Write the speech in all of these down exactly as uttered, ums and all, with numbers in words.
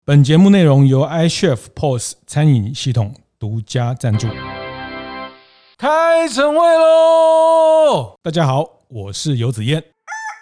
本节目内容由 iChef P O S 餐饮系统独家赞助。开晨会喽！大家好，我是游子燕。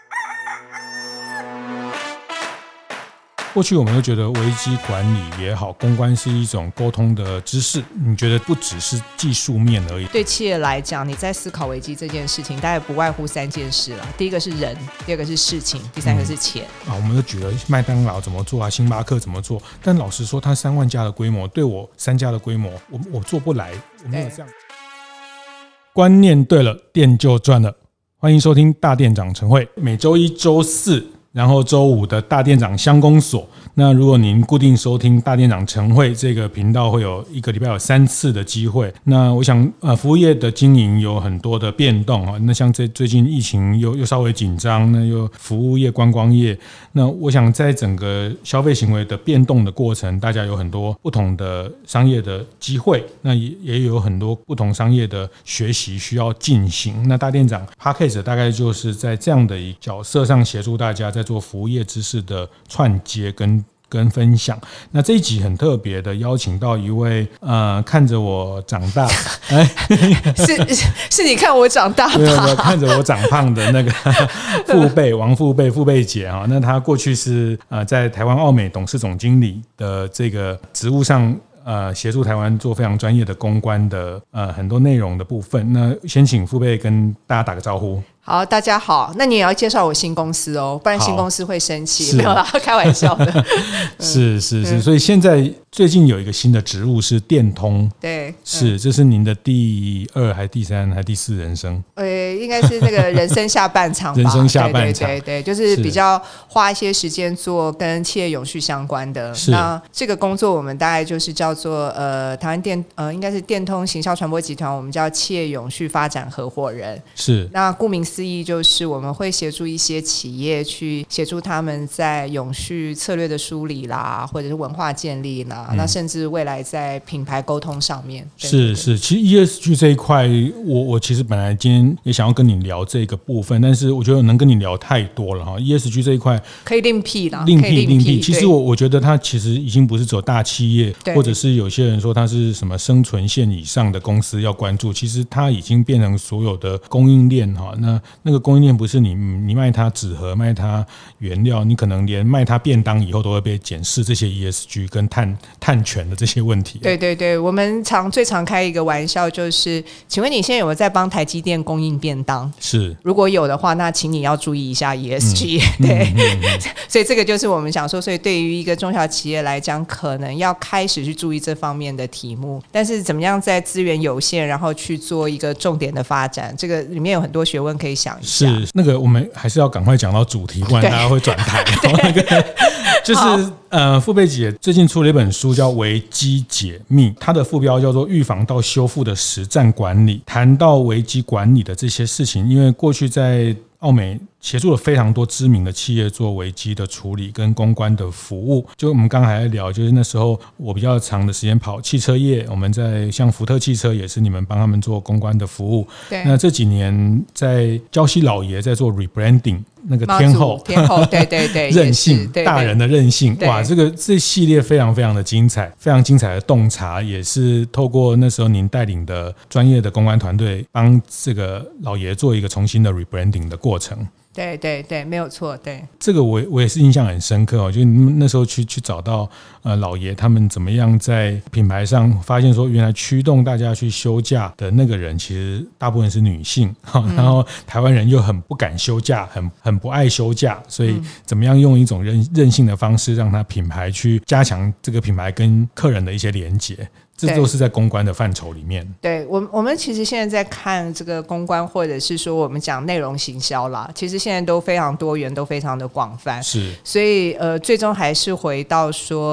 过去我们都觉得危机管理也好，公关是一种沟通的知识，你觉得不只是技术面而已。 对企业来讲，你在思考危机这件事情，大概不外乎三件事了。第一个是人，第二个是事情，第三个是钱、 嗯、啊，我们都举了麦当劳怎么做啊，星巴克怎么做，但老实说，它三万家的规模，对我三家的规模，我我做不来，我没有这样。观念对了，店就赚了。欢迎收听大店长晨会，每周一、周四。然后周五的大店长乡公所，那如果您固定收听大店长晨会这个频道，会有一个礼拜有三次的机会。那我想呃，服务业的经营有很多的变动啊，那像这最近疫情又又稍微紧张，那又服务业观光业，那我想在整个消费行为的变动的过程，大家有很多不同的商业的机会，那也也有很多不同商业的学习需要进行。那大店长 Podcast 大概就是在这样的一个角色上协助大家在做服务业知识的串接跟跟分享。那这一集很特别的邀请到一位呃，看着我长大，哎， 是是你看我长大吧？ 看着我长胖的那个父辈王父辈父辈姐哈，那他过去是呃在台湾奥美董事总经理的这个职务上。呃，协助台湾做非常专业的公关的呃很多内容的部分。那先请父辈跟大家打个招呼。 好，大家好。那你也要介绍我新公司哦，不然新公司会生气。没有啦，开玩笑的。 是是是，所以现在最近有一个新的职务是电通。 对， 是，这是您的第二还第三还第四人生？ 呃，应该是那个人生下半场吧。 人生下半场， 对对对，就是比较花一些时间做跟企业永续相关的。那这个工作我们大概就是叫做呃台湾电呃应该是电通行销传播集团，我们叫企业永续发展合伙人。 是， 那顾名思义就是我们会协助一些企业去协助他们在永续策略的梳理啦，或者是文化建立啦、嗯、那甚至未来在品牌沟通上面。对对对， 是是，其实 E S G 这一块我我其实本来今天也想要跟你聊这个部分，但是我觉得能跟你聊太多了哈。E S G 这一块可以另辟啦， 另辟另辟。其实我我觉得它其实已经不是只有大企业，或者是有些人说它是什么生存线以上的公司要关注，其实它已经变成所有的供应链哈。那那个供应链不是你你卖它纸盒卖它原料，你可能连卖它便当以后都会被检视这些 E S G 跟碳碳权的这些问题。 对对对，我们常最常开一个玩笑就是，请问你现在有没有在帮台积电供应便当？ 是，如果有的话，那请你要注意一下 E S G、嗯、对、嗯嗯、所以这个就是我们想说，所以对于一个中小企业来讲，可能要开始去注意这方面的题目，但是怎么样在资源有限然后去做一个重点的发展，这个里面有很多学问可以想一下。 是，那个我们还是要赶快讲到主题，不然大家会转台。那个就是呃，傅贝姐最近出了一本书叫《危机解密》，它的副标叫做“预防到修复的实战管理”。谈到危机管理的这些事情，因为过去在奥美协助了非常多知名的企业做危机的处理跟公关的服务。就我们刚才还在聊，就是那时候我比较长的时间跑汽车业，我们在像福特汽车也是你们帮他们做公关的服务。 对， 那这几年在礁溪老爷在做 rebranding。那个天后， 天后，对对对， 任性， 对对大人的任性，哇，这个这系列非常非常的精彩，非常精彩的洞察，也是透过那时候您带领的专业的公关团队，帮这个老爷做一个重新的 rebranding 的过程。 对对对，没有错，对， 这个我我也是印象很深刻哦，就那时候去去找到呃老爷他们怎么样在品牌上发现说，原来驱动大家去休假的那个人，其实大部分是女性，嗯、然后台湾人又很不敢休假，很很不爱休假，所以怎么样用一种任任性的方式，让他品牌去加强这个品牌跟客人的一些连结。这都是在公关的范畴里面。 对，我我们其实现在在看这个公关，或者是说我们讲内容行销啦，其实现在都非常多元，都非常的广泛。 是， 所以呃，最终还是回到说，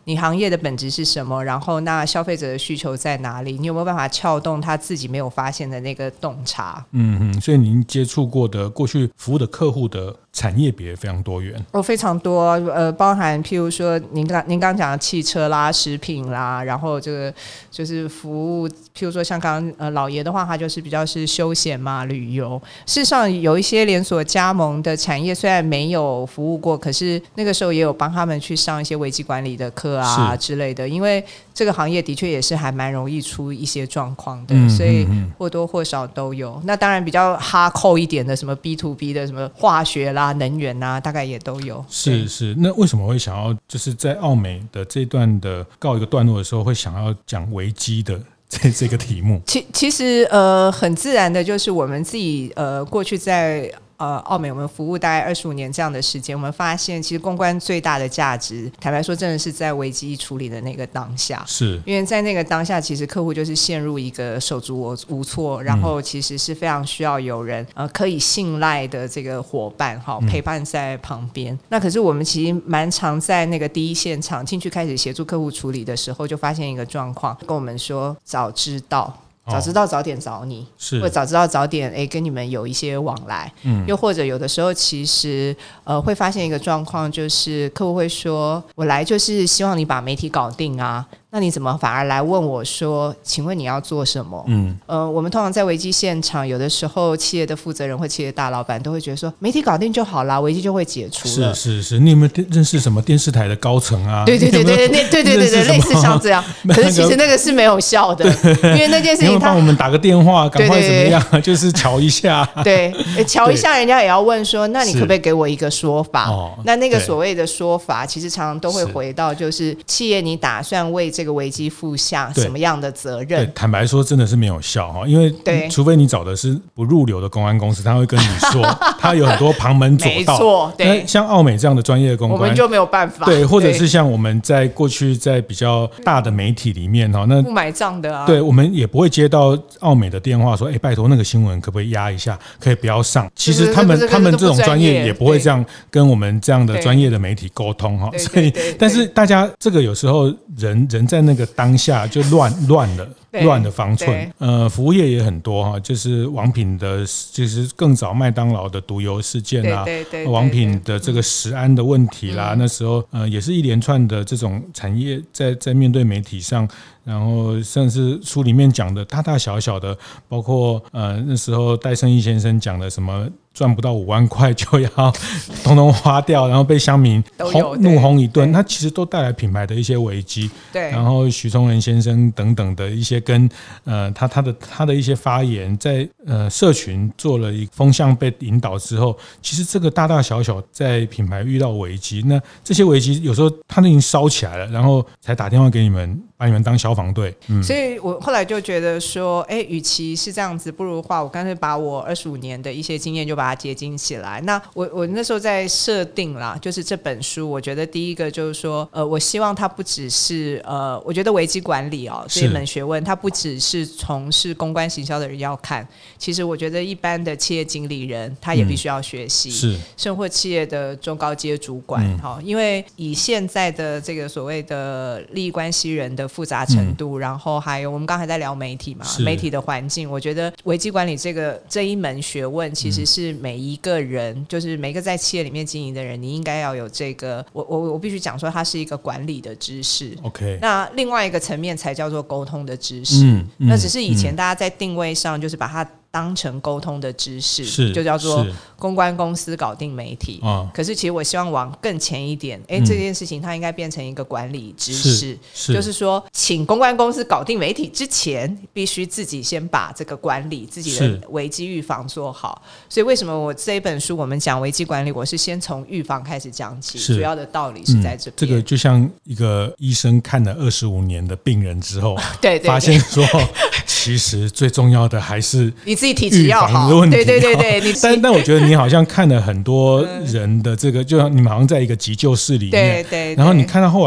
你行业的本质是什么，然后那消费者的需求在哪里，你有没有办法撬动他自己没有发现的那个洞察。 嗯嗯，所以您接触过的过去服务的客户的产业别非常多元。 哦，非常多，呃，包含譬如说您刚您刚讲的汽车啦、食品啦，然后这个就是服务，譬如说像刚刚呃老爷的话，他就是比较是休闲嘛、旅游。事实上有一些连锁加盟的产业虽然没有服务过，可是那个时候也有帮他们去上一些危机管理的课啊之类的，因为这个行业的确也是还蛮容易出一些状况的，嗯，所以或多或少都有。那当然比较哈扣一点的，什么 B to B 的，什么化学啦、能源啊，大概也都有。 是是，那为什么会想要就是在奥美的这段的告一个段落的时候，会想要讲危机的这这个题目？ 其其实呃，很自然的，就是我们自己呃过去在。呃，奥美我们服务大概二十五年这样的时间，我们发现其实公关最大的价值，坦白说真的是在危机处理的那个当下， 是因为在那个当下其实客户就是陷入一个手足无措，然后其实是非常需要有人呃可以信赖的这个伙伴哈陪伴在旁边，嗯，那可是我们其实蛮常在那个第一现场进去开始协助客户处理的时候，就发现一个状况，跟我们说早知道早知道早点找你， 是或者早知道早点诶跟你们有一些往来，嗯，又或者有的时候其实呃会发现一个状况，就是客户会说我来就是希望你把媒体搞定啊，那你怎么反而来问我说请问你要做什么？嗯，呃，我们通常在危机现场，有的时候企业的负责人或企业大老板都会觉得说媒体搞定就好啦，危机就会解除了。 是是是，你有没有认识什么电视台的高层啊？ 对对对对对对对对对，类似像这样。可是其实那个是没有效的，因为那件事情他帮我们打个电话，赶快怎么样？对对对就是瞧一下。 对，瞧一下，人家也要问说，那你可不可以给我一个说法？哦，那那个所谓的说法，其实常常都会回到，就是企业你打算为这个危机负下什么样的责任？ 对，坦白说真的是没有效哈，因为除非你找的是不入流的公关公司，他会跟你说他有很多旁门左道。 没错，对， 像奥美这样的专业的公关， 我们就没有办法。 对，或者是像我们在过去在比较大的媒体里面哈，那不买账的啊， 对，我们也不会接到奥美的电话说，哎，拜托那个新闻可不可以压一下，可以不要上。其实他们他们这种专业也不会这样跟我们这样的专业的媒体沟通哈，所以但是大家这个有时候人人在那个当下就乱乱了。乱的方寸，呃，服务业也很多哈，就是王品的，就是更早麦当劳的毒油事件啊，对对对对，王品的这个食安的问题啦，嗯，那时候呃也是一连串的这种产业在在面对媒体上，然后甚至书里面讲的大大小小的，包括呃那时候戴胜益先生讲的什么。赚不到五万块就要统统花掉，然后被乡民轰怒轰一顿，它其实都带来品牌的一些危机。对，然后许崇仁先生等等的一些跟呃他他的他的一些发言，在呃社群做了一风向被引导之后，其实这个大大小小在品牌遇到危机，那这些危机有时候它都已经烧起来了，然后才打电话给你们，把你们当消防队。嗯， 所以我后来就觉得说，哎，与其是这样子，不如的话，我干脆把我二十五年的一些经验就把它结晶起来。那我我那时候在设定啦，就是这本书，我觉得第一个就是说，呃，我希望它不只是呃，我觉得危机管理哦这一门学问，它不只是从事公关行销的人要看，其实我觉得一般的企业经理人他也必须要学习，嗯、是，甚或企业的中高阶主管哈、嗯，因为以现在的这个所谓的利益关系人的复杂程度，嗯、然后还有我们刚才在聊媒体嘛，媒体的环境，我觉得危机管理这个这一门学问，其实是每一个人，嗯、就是每个在企业里面经营的人，你应该要有这个，我我我必须讲说，它是一个管理的知识。OK， 那另外一个层面才叫做沟通的知识。嗯嗯、那只是以前大家在定位上，就是把它当成沟通的知识，就叫做公关公司搞定媒体。哦、可是其实我希望往更前一点，哎、嗯，这件事情它应该变成一个管理知识，是是就是说，请公关公司搞定媒体之前，必须自己先把这个管理自己的危机预防做好。所以为什么我这一本书我们讲危机管理，我是先从预防开始讲起，主要的道理是在这边、嗯。 这个就像一个医生看了二十五年的病人之后， 对对对， 发现说，其实最重要的还是你自己体质要好。对对对对，你但但我觉得你好像看了很多人的这个，就像你们好像在一个急救室里面，对 对, 对，然后你看到后来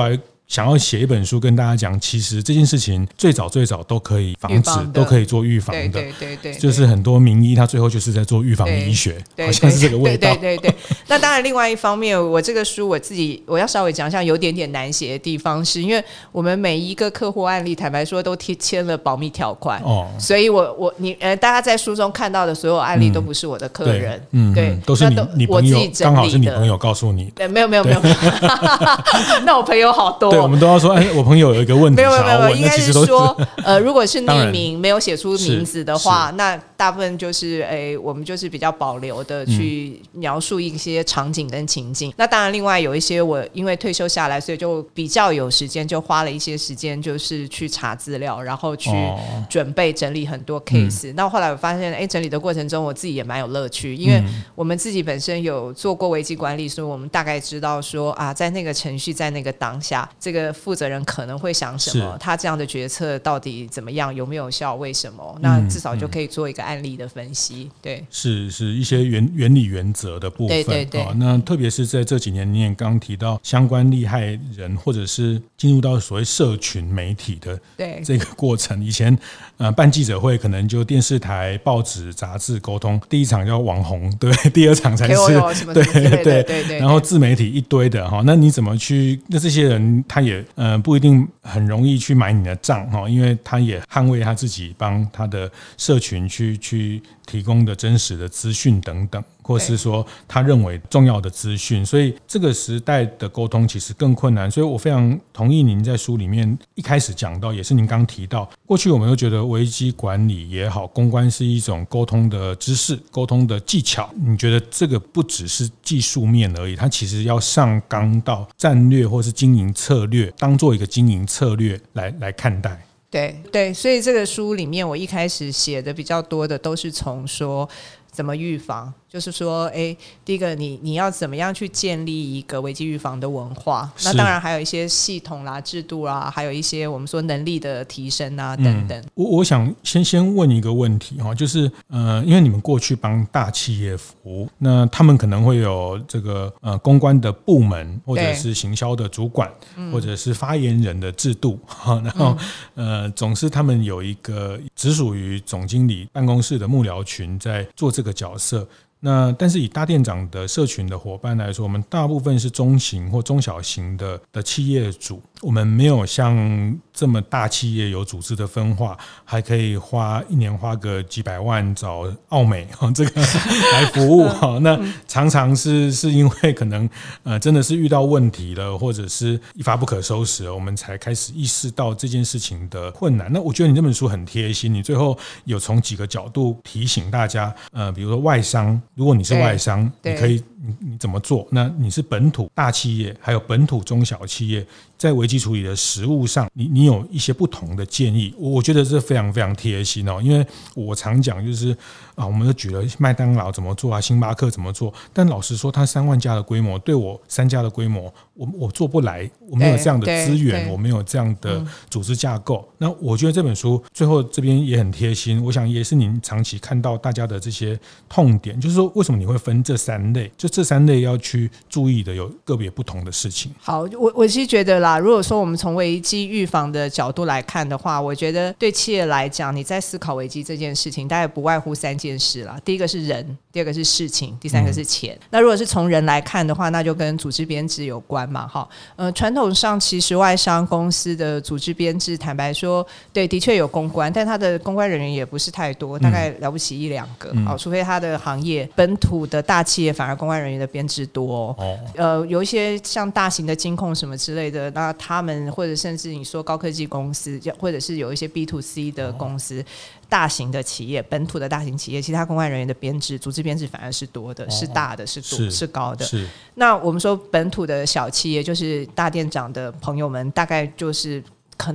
想要写一本书跟大家讲，其实这件事情最早最早都可以防止，都可以做预防的。 对对对对， 就是很多名医他最后就是在做预防医学，好像是这个味道。 对对对对。那当然，另外一方面，我这个书我自己我要稍微讲一下，有点点难写的地方，是因为我们每一个客户案例，坦白说都签了保密条款，哦，所以我我你呃，大家在书中看到的所有案例都不是我的客人， 嗯， 对， 都是你你朋友，刚好是你朋友告诉你的。 对，没有没有没有，那我朋友好多， 对，我们都要说，哎，我朋友有一个问题， 没有没有没有，应该是说，呃，如果是匿名没有写出名字的话，那大部分就是哎，我们就是比较保留的去描述一些场景跟情境。那当然，另外有一些我因为退休下来，所以就比较有时间，就花了一些时间，就是去查资料，然后去准备整理很多 case。那后来我发现，哎，整理的过程中，我自己也蛮有乐趣，因为我们自己本身有做过危机管理，所以我们大概知道说啊，在那个程序，在那个当下，这个负责人可能会想什么，他这样的决策到底怎么样，有没有效，为什么？那至少就可以做一个案例的分析。对， 是是一些原原理原则的部分。 对对对。 哦，那特别是在这几年，你也刚提到相关利害人，或者是进入到所谓社群媒体的这个过程。以前呃办记者会，可能就电视台、报纸、杂志沟通，第一场叫网红，对，第二场才是对对对对，然后自媒体一堆的哈。那你怎么去？那这些人他也呃不一定很容易去买你的账哈，因为他也捍卫他自己，帮他的社群去去提供的真实的资讯等等，或是说他认为重要的资讯，所以这个时代的沟通其实更困难。所以我非常同意您在书里面一开始讲到，也是您刚提到，过去我们都觉得危机管理也好，公关是一种沟通的知识、沟通的技巧。你觉得这个不只是技术面而已，它其实要上纲到战略或是经营策略，当做一个经营策略来来看待。 对对，所以这个书里面我一开始写的比较多的都是从说怎么预防，就是说，哎，第一个你你要怎么样去建立一个危机预防的文化？那当然还有一些系统啦、制度啦，还有一些我们说能力的提升啊等等。嗯、 我我想先先问一个问题哈，就是呃，因为你们过去帮大企业服务，那他们可能会有这个呃公关的部门，或者是行销的主管，或者是发言人的制度，嗯、然后呃，总是他们有一个直属于总经理办公室的幕僚群在做这个角色。那但是以大店长的社群的伙伴来说，我们大部分是中型或中小型的的企业主，我们没有像这么大企业有组织的分化，还可以花一年花个几百万找奥美这个来服务。那常常是是因为可能呃真的是遇到问题了，或者是一发不可收拾了，我们才开始意识到这件事情的困难。那我觉得你这本书很贴心，你最后有从几个角度提醒大家，呃，比如说外商。如果你是外商，你可以 你, 你怎么做？那你是本土大企业，还有本土中小企业，在危机处理的实务上，你你有一些不同的建议，我觉得这非常非常贴心哦。因为我常讲就是啊，我们都举了麦当劳怎么做啊，星巴克怎么做，但老实说，它三万家的规模，对我三家的规模，我我做不来，我没有这样的资源，我没有这样的组织架构。嗯、那我觉得这本书最后这边也很贴心，我想也是您长期看到大家的这些痛点，就是说为什么你会分这三类？就这三类要去注意的有个别不同的事情。 好，我我其实觉得啦，如果说我们从危机预防的角度来看的话，我觉得对企业来讲，你在思考危机这件事情，大概不外乎三件事啦。第一个是人，第二个是事情，第三个是钱。嗯、那如果是从人来看的话，那就跟组织编制有关嘛，哈。呃，传统上其实外商公司的组织编制，坦白说，对，的确有公关，但他的公关人员也不是太多，大概了不起一两个，嗯、好，除非他的行业本土的大企业反而公关人员的编制多。哦，呃，有一些像大型的金控什么之类的，那他们或者甚至你说高科技公司，或者是有一些 B to C 的公司。哦，大型的企业，本土的大型企业，其他公关人员的编制、组织编制反而是多的，哦、是大的，是多是, 是高的。是。那我们说本土的小企业，就是大店长的朋友们，大概就是可能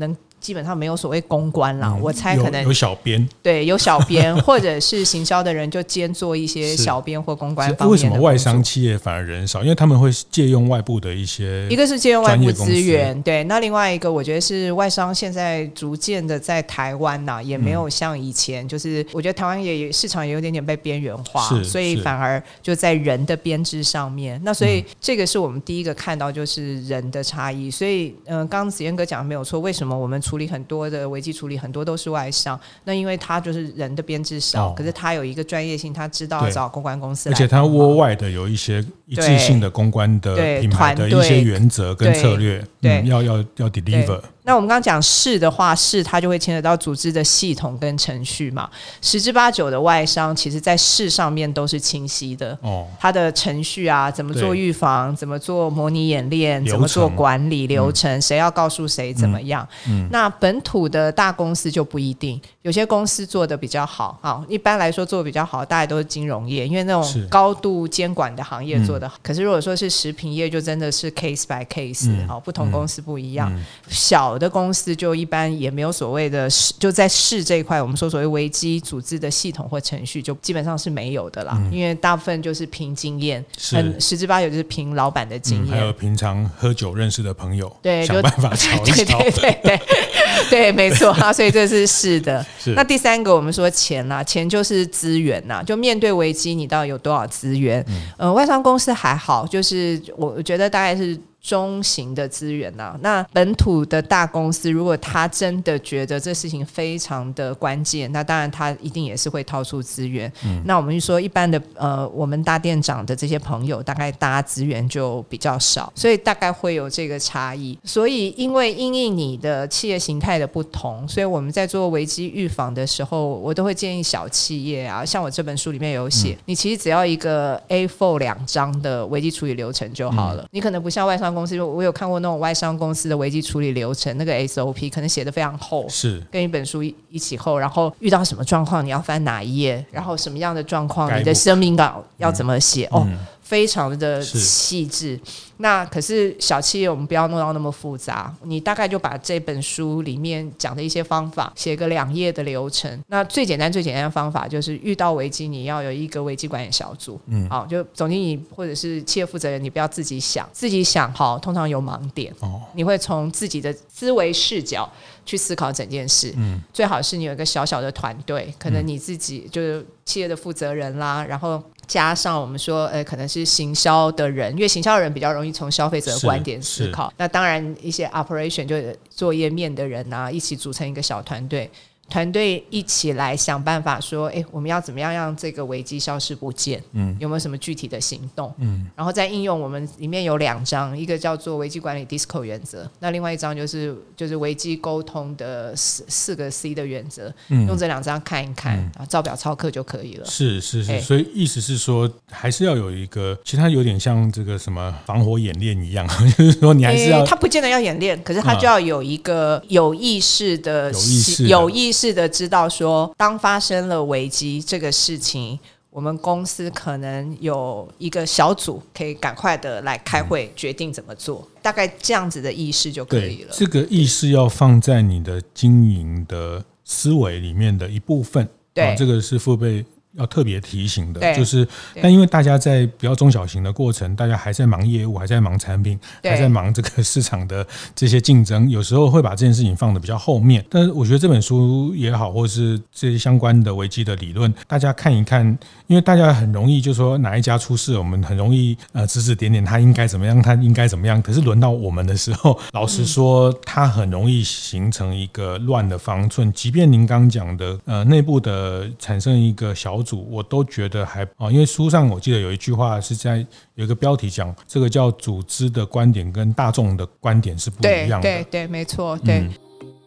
基本上没有所谓公关啦、嗯、我猜可能有, 有小编， 对，有小编或者是行销的人就兼做一些小编或公关方面的工作。 为什么外商企业反而人少？因为他们会借用外部的一些， 一个是借用外部资源，对，那另外一个我觉得是外商现在逐渐的在台湾呐、啊，也没有像以前、嗯、就是我觉得台湾也市场也有点点被边缘化，所以反而就在人的编制上面。那所以这个是我们第一个看到就是人的差异。所以嗯、呃，刚刚子嫣哥讲的没有错，为什么我们处理很多的危机处理很多都是外商？那因为他就是人的编制少、哦、可是他有一个专业性，他知道找公关公司来， 而且他窝外的有一些一致性的公关的品牌的一些原则跟策略，对，嗯、要要要 deliver。 那我们刚刚讲事的话，事它就会牵扯到组织的系统跟程序嘛。十之八九的外商，其实在事上面都是清晰的。哦，它的程序啊，怎么做预防，怎么做模拟演练，怎么做管理流程，谁、嗯、要告诉谁怎么样、嗯嗯。那本土的大公司就不一定，有些公司做的比较好。好，一般来说做的比较好，大概都是金融业，因为那种高度监管的行业做得好。嗯、可是如果说是食品业，就真的是 case by case，、嗯、好，不同公司不一样。嗯、小的公司就一般也没有所谓的，就在事这一块，我们说所谓危机组织的系统或程序，就基本上是没有的啦。嗯、因为大部分就是凭经验，很十之八九就是凭老板的经验、嗯， 还有平常喝酒认识的朋友， 对， 想办法瞧一瞧， 对对对对对，没错啊。所以这是是的。那第三个我们说钱啦，钱就是资源啦，就面对危机，你到底有多少资源？嗯、呃，外商公司还好，就是我觉得大概是中型的资源啊。那本土的大公司如果他真的觉得这事情非常的关键，那当然他一定也是会掏出资源、嗯、那我们就说一般的呃，我们大店长的这些朋友大概大家资源就比较少，所以大概会有这个差异。所以因为因应你的企业形态的不同，所以我们在做危机预防的时候，我都会建议小企业啊，像我这本书里面有写、嗯、你其实只要一个 A 四 两张的危机处理流程就好了、嗯、你可能不像外商公司，我有看过那种外商公司的危机处理流程，那个 S O P 可能写得非常厚，是跟一本书一起厚，然后遇到什么状况你要翻哪一页，然后什么样的状况你的声明稿要怎么写、嗯、哦、嗯，非常的细致。那可是小企业我们不要弄到那么复杂，你大概就把这本书里面讲的一些方法写个两页的流程。那最简单最简单的方法就是遇到危机你要有一个危机管理小组，嗯，好，就总经理或者是企业负责人，你不要自己想自己想好，通常有盲点、哦、你会从自己的思维视角去思考整件事、嗯、最好是你有一个小小的团队，可能你自己就是企业的负责人啦，然后加上我们说呃，可能是行销的人，因为行销的人比较容易从消费者的观点思考，那当然一些 operation 就作业面的人啊，一起组成一个小团队，团队一起来想办法说，哎，我们要怎么样让这个危机消失不见、嗯、有没有什么具体的行动、嗯、然后再应用。我们里面有两章，一个叫做危机管理 D I S C O 原则，那另外一章就是就是危机沟通的四四个 C 的原则、嗯、用这两章看一看、嗯、然后照表操课就可以了。 是是是、欸、所以意思是说还是要有一个，其实它有点像这个什么防火演练一样，就是说你还是要、欸、 它不见得要演练，可是它就要有一个有意识的、嗯、有意识的有意识的知道说，当发生了危机这个事情，我们公司可能有一个小组可以赶快的来开会、嗯、决定怎么做，大概这样子的意识就可以了。 这个意识要放在你的经营的思维里面的一部分。对、哦、这个是父辈要特别提醒的，就是但因为大家在比较中小型的过程，大家还在忙业务，还在忙产品，还在忙这个市场的这些竞争，有时候会把这件事情放得比较后面。但是我觉得这本书也好，或是这些相关的危机的理论，大家看一看，因为大家很容易就说哪一家出事，我们很容易呃指指点点他应该怎么样，他应该怎么样。可是轮到我们的时候，老实说，它很容易形成一个乱的方寸。即便您刚讲的呃内部的产生一个小组，我都觉得还啊，因为书上我记得有一句话是在有一个标题讲，这个叫组织的观点跟大众的观点是不一样的。 对对对，没错，对。嗯，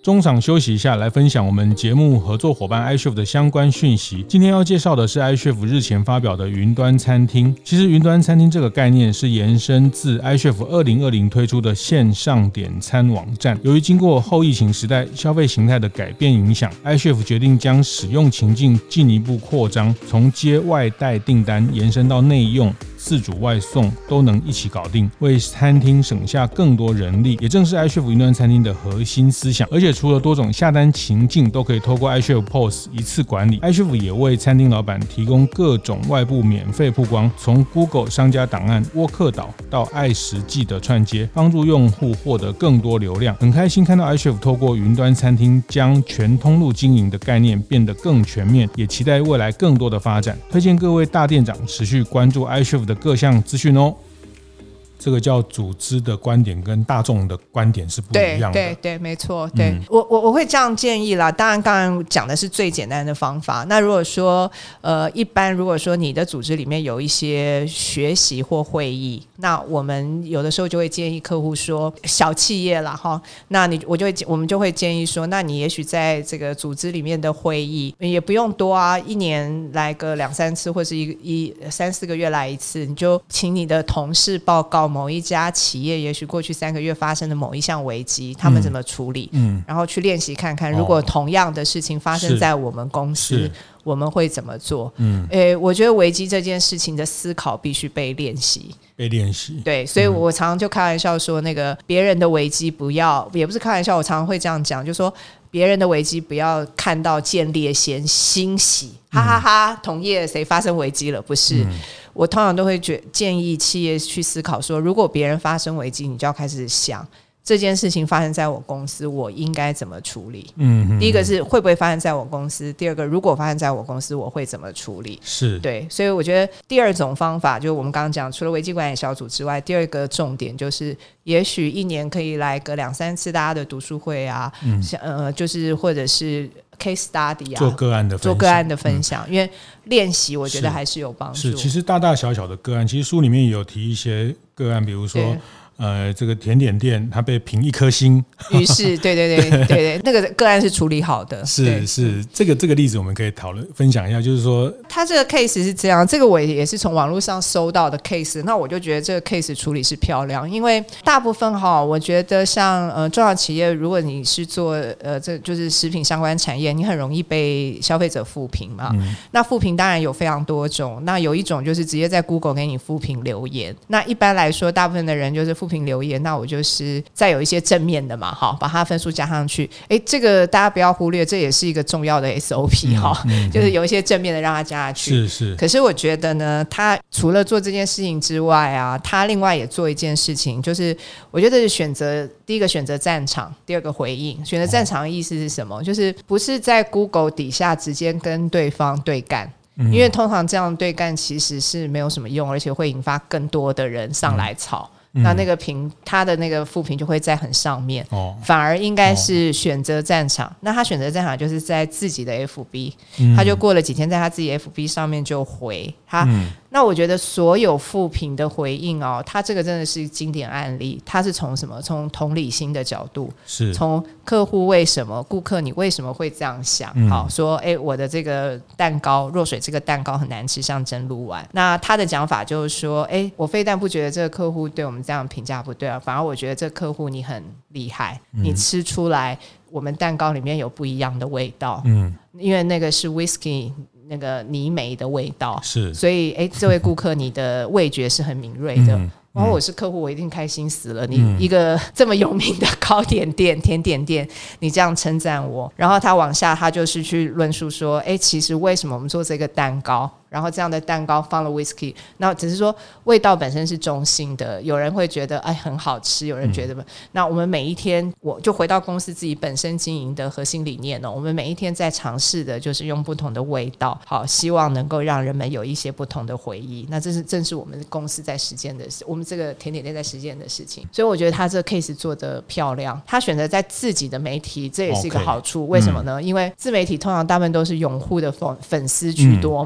中场休息一下，来分享我们节目合作伙伴 iChef 的相关讯息。今天要介绍的是 iChef 日前发表的云端餐厅。其实云端餐厅这个概念是延伸自 iChef 二零二零推出的线上点餐网站。由于经过后疫情时代消费形态的改变影响， iChef 决定将使用情境进一步扩张，从接外带订单延伸到内用、自主外送都能一起搞定，为餐厅省下更多人力，也正是 iChef 云端餐厅的核心思想。而且除了多种下单情境都可以透过 iChef P O S 一次管理， iChef 也为餐厅老板提供各种外部免费曝光，从 Google 商家档案、沃克岛到爱实际的串接，帮助用户获得更多流量。很开心看到 iChef 透过云端餐厅将全通路经营的概念变得更全面，也期待未来更多的发展。推荐各位大店长持续关注 iChef 的各项资讯哦。这个叫组织的观点跟大众的观点是不一样的。 对对对，没错。对、嗯、我我我会这样建议啦。当然，刚刚讲的是最简单的方法。那如果说呃，一般如果说你的组织里面有一些学习或会议，那我们有的时候就会建议客户说，小企业啦哈，那你我就会我们就会建议说，那你也许在这个组织里面的会议也不用多啊，一年来个两三次，或是一一三四个月来一次，你就请你的同事报告某一家企业也许过去三个月发生的某一项危机，他们怎么处理、嗯、然后去练习看看，如果同样的事情发生在我们公司，我们会怎么做、嗯诶、我觉得危机这件事情的思考必须被练习被练习。 对，所以我常常就开玩笑说，那个别人的危机不要，也不是开玩笑，我常常会这样讲，就说别人的危机不要看到见猎先欣喜，哈哈哈哈，同业谁发生危机了？不是、嗯，我通常都会建议企业去思考说，如果别人发生危机，你就要开始想这件事情发生在我公司，我应该怎么处理？嗯，第一个是会不会发生在我公司，第二个如果发生在我公司，我会怎么处理？是对，所以我觉得第二种方法，就是我们刚刚讲，除了危机管理小组之外，第二个重点就是，也许一年可以来个两三次大家的读书会啊，嗯、呃，就是或者是 case study 啊， 做个案的分享， 做个案的分享，嗯、因为练习我觉得还是有帮助。 是，其实大大小小的个案，其实书里面也有提一些个案，比如说。呃，这个甜点店它被评一颗星， 于是对对对对对，那个个案是处理好的， 是是，这个这个例子我们可以讨论分享一下，就是说， 他这个 case 是这样，这个我也是从网络上搜到的 case， 那我就觉得这个 case 处理是漂亮，因为大部分哈，我觉得像呃中小企业，如果你是做呃这就是食品相关产业，你很容易被消费者负评嘛，嗯、那负评当然有非常多种，那有一种就是直接在 Google 给你负评留言，那一般来说，大部分的人就是负评留言，那我就是再有一些正面的嘛，好，把它分数加上去。哎，这个大家不要忽略，这也是一个重要的 S O P 哈、嗯嗯，就是有一些正面的让它加下去。是是。可是我觉得呢，他除了做这件事情之外啊，他另外也做一件事情，就是我觉得是选择第一个选择战场，第二个回应。选择战场的意思是什么？就是不是在 Google 底下直接跟对方对干。因为通常这样对干其实是没有什么用，而且会引发更多的人上来吵。嗯那那个评他的那个负评就会在很上面、哦、反而应该是选择战场、哦、那他选择战场就是在自己的 F B、嗯、他就过了几天在他自己 F B 上面就回他、嗯、那我觉得所有负评的回应哦，他这个真的是经典案例，他是从什么？从同理心的角度，是从客户为什么顾客你为什么会这样想、嗯、好说哎，我的这个蛋糕若水这个蛋糕很难吃，像蒸鹿丸，那他的讲法就是说哎，我非但不觉得这个客户对我们这样评价不对啊，反而我觉得这客户你很厉害、嗯、你吃出来我们蛋糕里面有不一样的味道，嗯，因为那个是 whisky 那个泥煤的味道，是，所以哎，这位顾客你的味觉是很敏锐的、嗯然后我是客户，我一定开心死了。你一个这么有名的糕点店、甜点店，你这样称赞我，然后他往下他就是去论述说，哎，其实为什么我们做这个蛋糕？然后这样的蛋糕放了 whisky， 那只是说味道本身是中性的，有人会觉得哎很好吃，有人觉得、嗯、那我们每一天我就回到公司自己本身经营的核心理念哦，我们每一天在尝试的就是用不同的味道，好，希望能够让人们有一些不同的回忆，那这是正是我们公司在实践的事，我们这个甜点店在实践的事情，所以我觉得他这个 case 做得漂亮，他选择在自己的媒体，这也是一个好处、okay, 为什么呢、嗯、因为自媒体通常大部分都是拥护的粉丝居多嘛、嗯嗯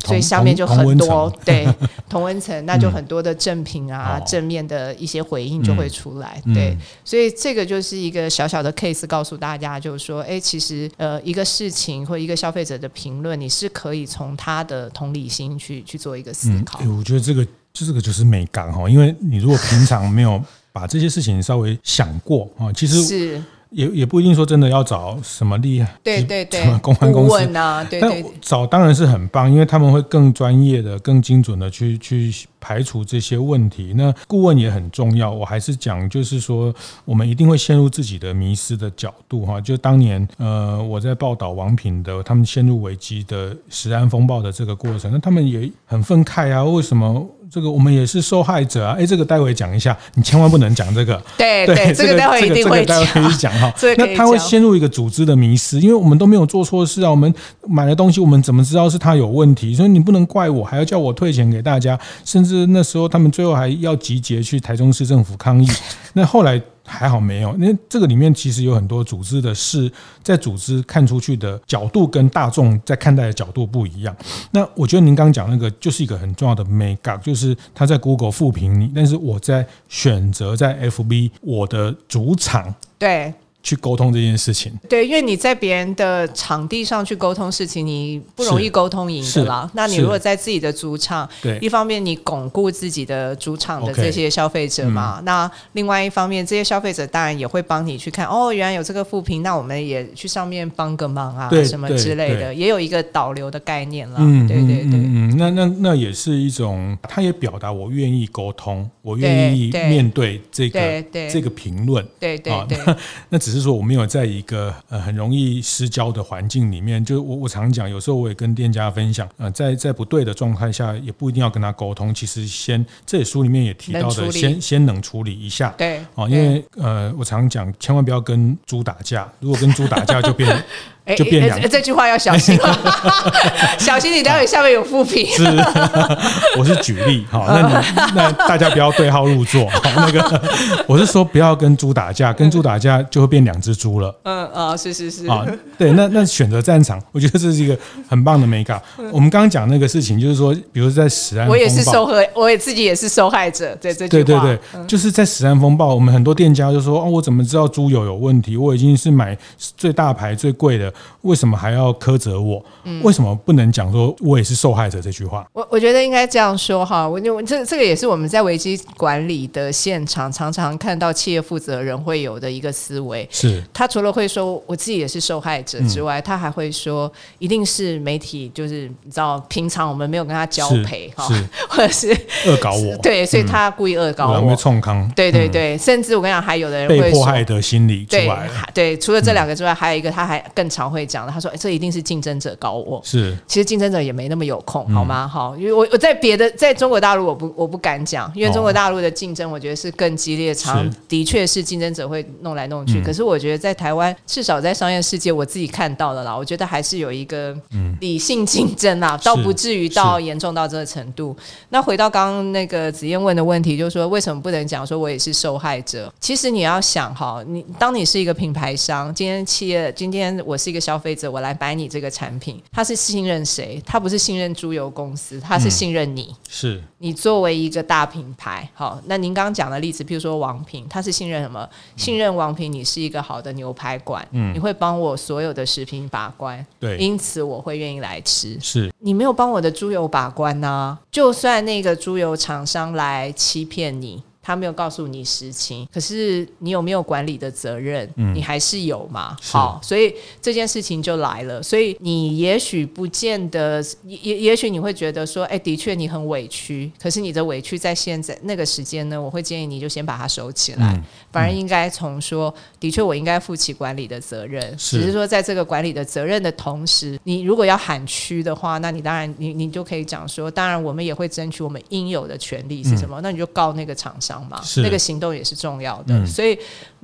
所以下面就很多对同温层，那就很多的正评啊、嗯、正面的一些回应就会出来、嗯、对、嗯，所以这个就是一个小小的 case 告诉大家，就是说哎，其实呃一个事情或一个消费者的评论，你是可以从他的同理心去去做一个思考、 嗯、我觉得这个就这个就是美感，因为你如果平常没有把这些事情稍微想过，其实是也也不一定说真的要找什么厉害， 对对对， 什么公关公司啊，对对对， 但找当然是很棒，因为他们会更专业的、更精准的去去排除这些问题。那顾问也很重要，我还是讲，就是说我们一定会陷入自己的迷思的角度哈。就当年呃我在报道王品的他们陷入危机的食安风暴的这个过程，那他们也很愤慨啊，为什么？这个我们也是受害者啊！哎，这个待会讲一下，你千万不能讲这个。 对 对, 对，这个待会一定会讲， 这个待会可以讲哈。那他会陷入一个组织的迷思，因为我们都没有做错事啊，我们买的东西，我们怎么知道是他有问题？所以你不能怪我，还要叫我退钱给大家，甚至那时候他们最后还要集结去台中市政府抗议。那后来还好没有，因为这个里面其实有很多组织的事，在组织看出去的角度跟大众在看待的角度不一样。那我觉得您刚刚讲那个就是一个很重要的美感，就是他在 Google 负评你，但是我在选择在 F B 我的主场对去沟通这件事情。 对，因为你在别人的场地上去沟通事情，你不容易沟通赢的啦。那你如果在自己的主场，一方面你巩固自己的主场的这些消费者嘛， okay, 嗯、那另外一方面这些消费者当然也会帮你去看，哦，原来有这个负评，那我们也去上面帮个忙啊，什么之类的，也有一个导流的概念啦。嗯，对对对， 嗯嗯，那那那也是一种，他也表达我愿意沟通，我愿意面对这个对对这个评论。 对对对， 那, 那只是。是说我没有在一个呃很容易失焦的环境里面，就我我常讲，有时候我也跟店家分享，呃，在在不对的状态下，也不一定要跟他沟通。其实先这里书里面也提到的，先先冷处理一下， 对， 哦，因为呃我常讲，千万不要跟猪打架，如果跟猪打架就变。就变两、欸欸、 这句话要小心小心你待会下面有负评。 是，我是举例，那你那大家不要对号入座。那个我是说不要跟猪打架，跟猪打架就会变两只猪了。 嗯哦，是是是啊，对，那那选择战场，我觉得这是一个很棒的美感。我们刚刚讲那个事情，就是说，比如在食安风暴， 我也是受害，我也自己也是受害者。对这句话，对对对， 嗯、就是在食安风暴，我们很多店家就说，哦，我怎么知道猪油有问题？我已经是买最大牌最贵的。为什么还要苛责我、嗯、为什么不能讲说我也是受害者这句话？ 我, 我觉得应该这样说哈，我这这个也是我们在危机管理的现场常常看到企业负责人会有的一个思维， 是他除了会说我自己也是受害者之外、嗯、他还会说一定是媒体就是你知道平常我们没有跟他交陪哈，或者是恶搞我， 对，所以他故意恶搞我， 会冲康， 对对对、嗯、甚至我跟你讲还有的人会被迫害的心理出来了， 对, 对，除了这两个之外、嗯、还有一个他还更常会讲，他说、欸、这一定是竞争者搞我， 是其实竞争者也没那么有空、嗯、好吗？好，因为我我在别的在中国大陆我不我不敢讲，因为中国大陆的竞争我觉得是更激烈，常的确是竞争者会弄来弄去、嗯、可是我觉得在台湾至少在商业世界我自己看到了啦，我觉得还是有一个理性竞争啦、嗯、倒不至于到严重到这个程度。那回到刚刚那个子燕问的问题，就是说为什么不能讲说我也是受害者？其实你要想哈，你当你是一个品牌商，今天企业今天我是一个消费者，我来买你这个产品，他是信任谁？他不是信任猪油公司，他是信任你、嗯、是你作为一个大品牌。好，那您刚刚讲的例子譬如说王品，他是信任什么？信任王品你是一个好的牛排馆、嗯、你会帮我所有的食品把关，对，因此我会愿意来吃。是你没有帮我的猪油把关啊，就算那个猪油厂商来欺骗你，他没有告诉你实情，可是你有没有管理的责任、嗯、你还是有嘛。好，所以这件事情就来了。所以你也许不见得 也, 也许你会觉得说哎，的确你很委屈，可是你的委屈在现在那个时间呢，我会建议你就先把它收起来、嗯、反而应该从说的确我应该负起管理的责任，是只是说在这个管理的责任的同时，你如果要喊屈的话，那你当然 你, 你就可以讲说当然我们也会争取我们应有的权利是什么、嗯、那你就告那个厂商嘛，那个行动也是重要的、嗯、所以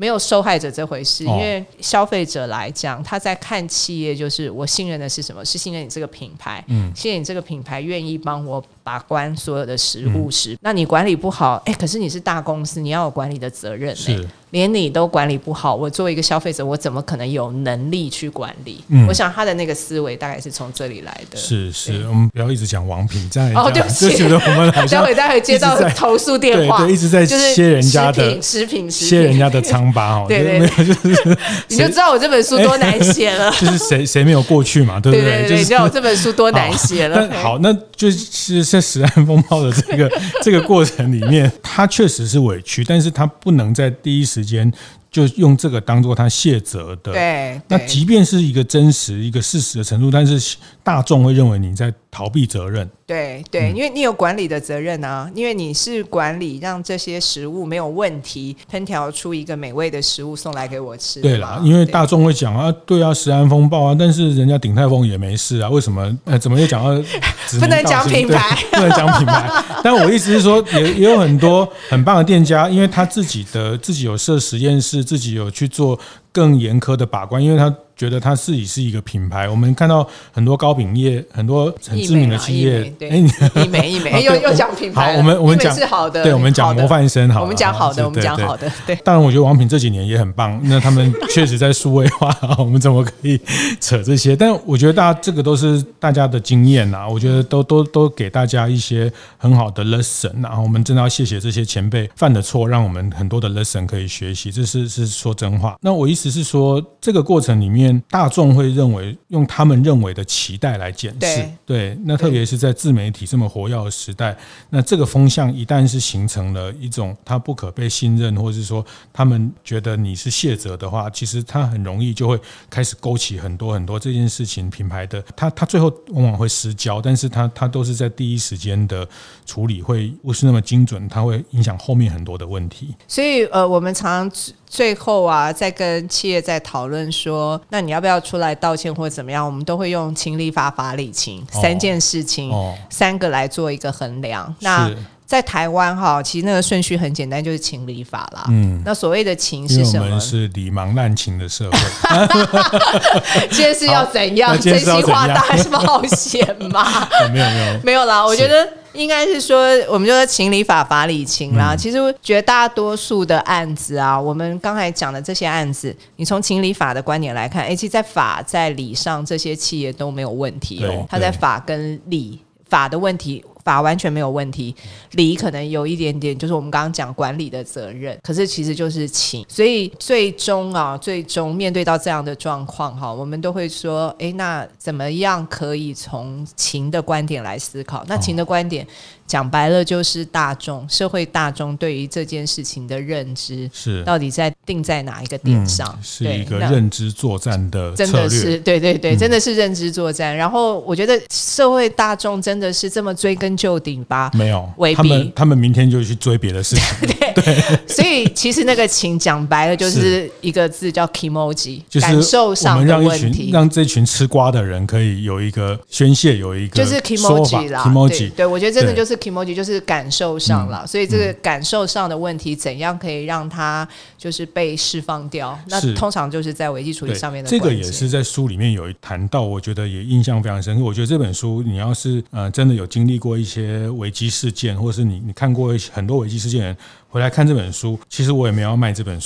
没有受害者这回事， 哦、 因为消费者来讲，他在看企业，就是我信任的是什么？是信任你这个品牌，嗯，信任你这个品牌愿意帮我把关所有的实务时、嗯，那你管理不好，哎，可是你是大公司，你要有管理的责任、欸，是连你都管理不好，我作为一个消费者，我怎么可能有能力去管理？嗯、我想他的那个思维大概是从这里来的。 是是，我们不要一直讲王品，这样哦，对不起， 就觉得我们好像待会待会接到投诉电话， 对对，一直在切人家的食品，食品， 切人家的疮疤哈， 对对对， 就是你就知道我这本书多难写了， 就是谁谁没有过去嘛，对不对？ 对对对， 就是你知道我这本书多难写了。 那好，那就是在食安风暴的这个这个过程里面，他确实是委屈，但是他不能在第一时间就用这个当做他卸责的。 对， 那即便是一个真实、一个事实的程度，但是大众会认为你在逃避责任。 对对、嗯，因为你有管理的责任啊，因为你是管理让这些食物没有问题，烹调出一个美味的食物送来给我吃。 对啦，因为大众会讲啊，对啊，食安风暴啊，但是人家鼎泰丰也没事啊，为什么？呃，怎么又讲到不能讲品牌， 不能讲品牌？但我意思是说，也也有很多很棒的店家，因为他自己的自己有设实验室，自己有去做更严苛的把关，因为他觉得他自己是一个品牌。我们看到很多糕饼业，很多很知名的企业， 哎，一美一美，又又讲品牌。 好，我们我们讲是好的， 对，我们讲模范生好， 我们讲好的，我们讲好的。对， 当然我觉得王品这几年也很棒，那他们确实在数位化，我们怎么可以扯这些？但我觉得大家这个都是大家的经验啊，我觉得都都都给大家一些很好的 lesson， 然后我们真的要谢谢这些前辈犯的错，让我们很多的 lesson 可以学习，这是是说真话。那我意思是说，这个过程里面，大众会认为用他们认为的期待来检视， 对, 对，那特别是在自媒体这么活跃的时代，那这个风向一旦是形成了一种他不可被信任，或者是说他们觉得你是卸责的话，其实他很容易就会开始勾起很多很多这件事情品牌的，他他最后往往会失焦，但是他他都是在第一时间的处理会不是那么精准，它会影响后面很多的问题。 所以呃，我们常常最后啊，在跟企业在讨论说，那你要不要出来道歉或者怎么样？我们都会用情理法法理情、哦、三件事情、哦，三个来做一个衡量。那在台湾哈，其实那个顺序很简单，就是情理法啦。嗯，那所谓的情是什么？ 因为我们是理盲滥情的社会。 今天是要怎样？真心话大冒险吗？ 没有没有没有啦，我觉得。应该是说，我们就说情理法法理情啦、嗯。其实我觉得大多数的案子啊，我们刚才讲的这些案子，你从情理法的观点来看，其实在法在理上，这些企业都没有问题哦。它在法跟理法的问题。法完全没有问题，理可能有一点点，就是我们刚刚讲管理的责任，可是其实就是情，所以最终啊，最终面对到这样的状况哈，我们都会说，哎，那怎么样可以从情的观点来思考？那情的观点讲白了就是大众社会大众对于这件事情的认知是到底在定在哪一个点上？ 嗯、是一个认知作战的策略， 真的是对对对，真的是认知作战。嗯、然后我觉得社会大众真的是这么追根究底吧？ 没有，他们他们明天就去追别的事情。 对, 对，所以其实那个情讲白了就是一个字叫 kimoji， 就是感受上的问题， 让这群吃瓜的人可以有一个宣泄，有一个就是 kimoji 啦。 kimoji， 对, 对，我觉得真的就是 kimoji， 就是感受上啦、嗯。所以这个感受上的问题，怎样可以让它就是被释放掉？那通常就是在危机处理上面的关键。 这个也是在书里面有谈到，我觉得也印象非常深刻。我觉得这本书，你要是呃真的有经历过一些危机事件，或者是你你看过很多危机事件的人回来看这本书，其实我也没有要卖这本书。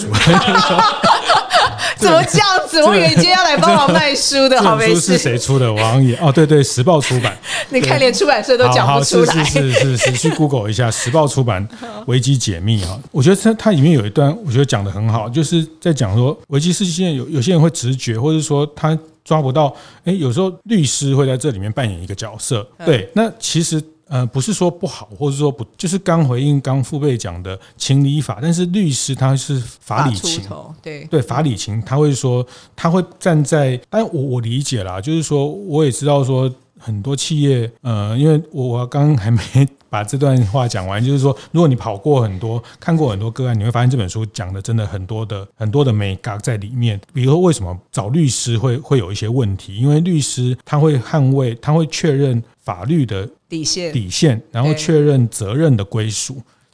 怎么这样子？我以为你今天要来帮忙卖书的，好没事。 这本书是谁出的？我好像也哦，对对，时报出版。 你看，连出版社都讲不出来。 是是是是，去 Google 一下时报出版危机解密哈。我觉得它它里面有一段，我觉得讲得很好，就是在讲说危机事件有有些人会直觉，或者说他抓不到，哎，有时候律师会在这里面扮演一个角色。对，那其实。呃，不是说不好，或者说不，就是刚回应刚父辈讲的情理法，但是律师他是法理情， 对对，法理情，他会说他会站在，但我我理解啦，就是说我也知道说很多企业，呃，因为我我刚刚还没把这段话讲完，就是说，如果你跑过很多、看过很多个案，你会发现这本书讲的真的很多的很多的美感在里面。比如说，为什么找律师会会有一些问题？因为律师他会捍卫，他会确认法律的底线， 底线，然后确认责任的归属。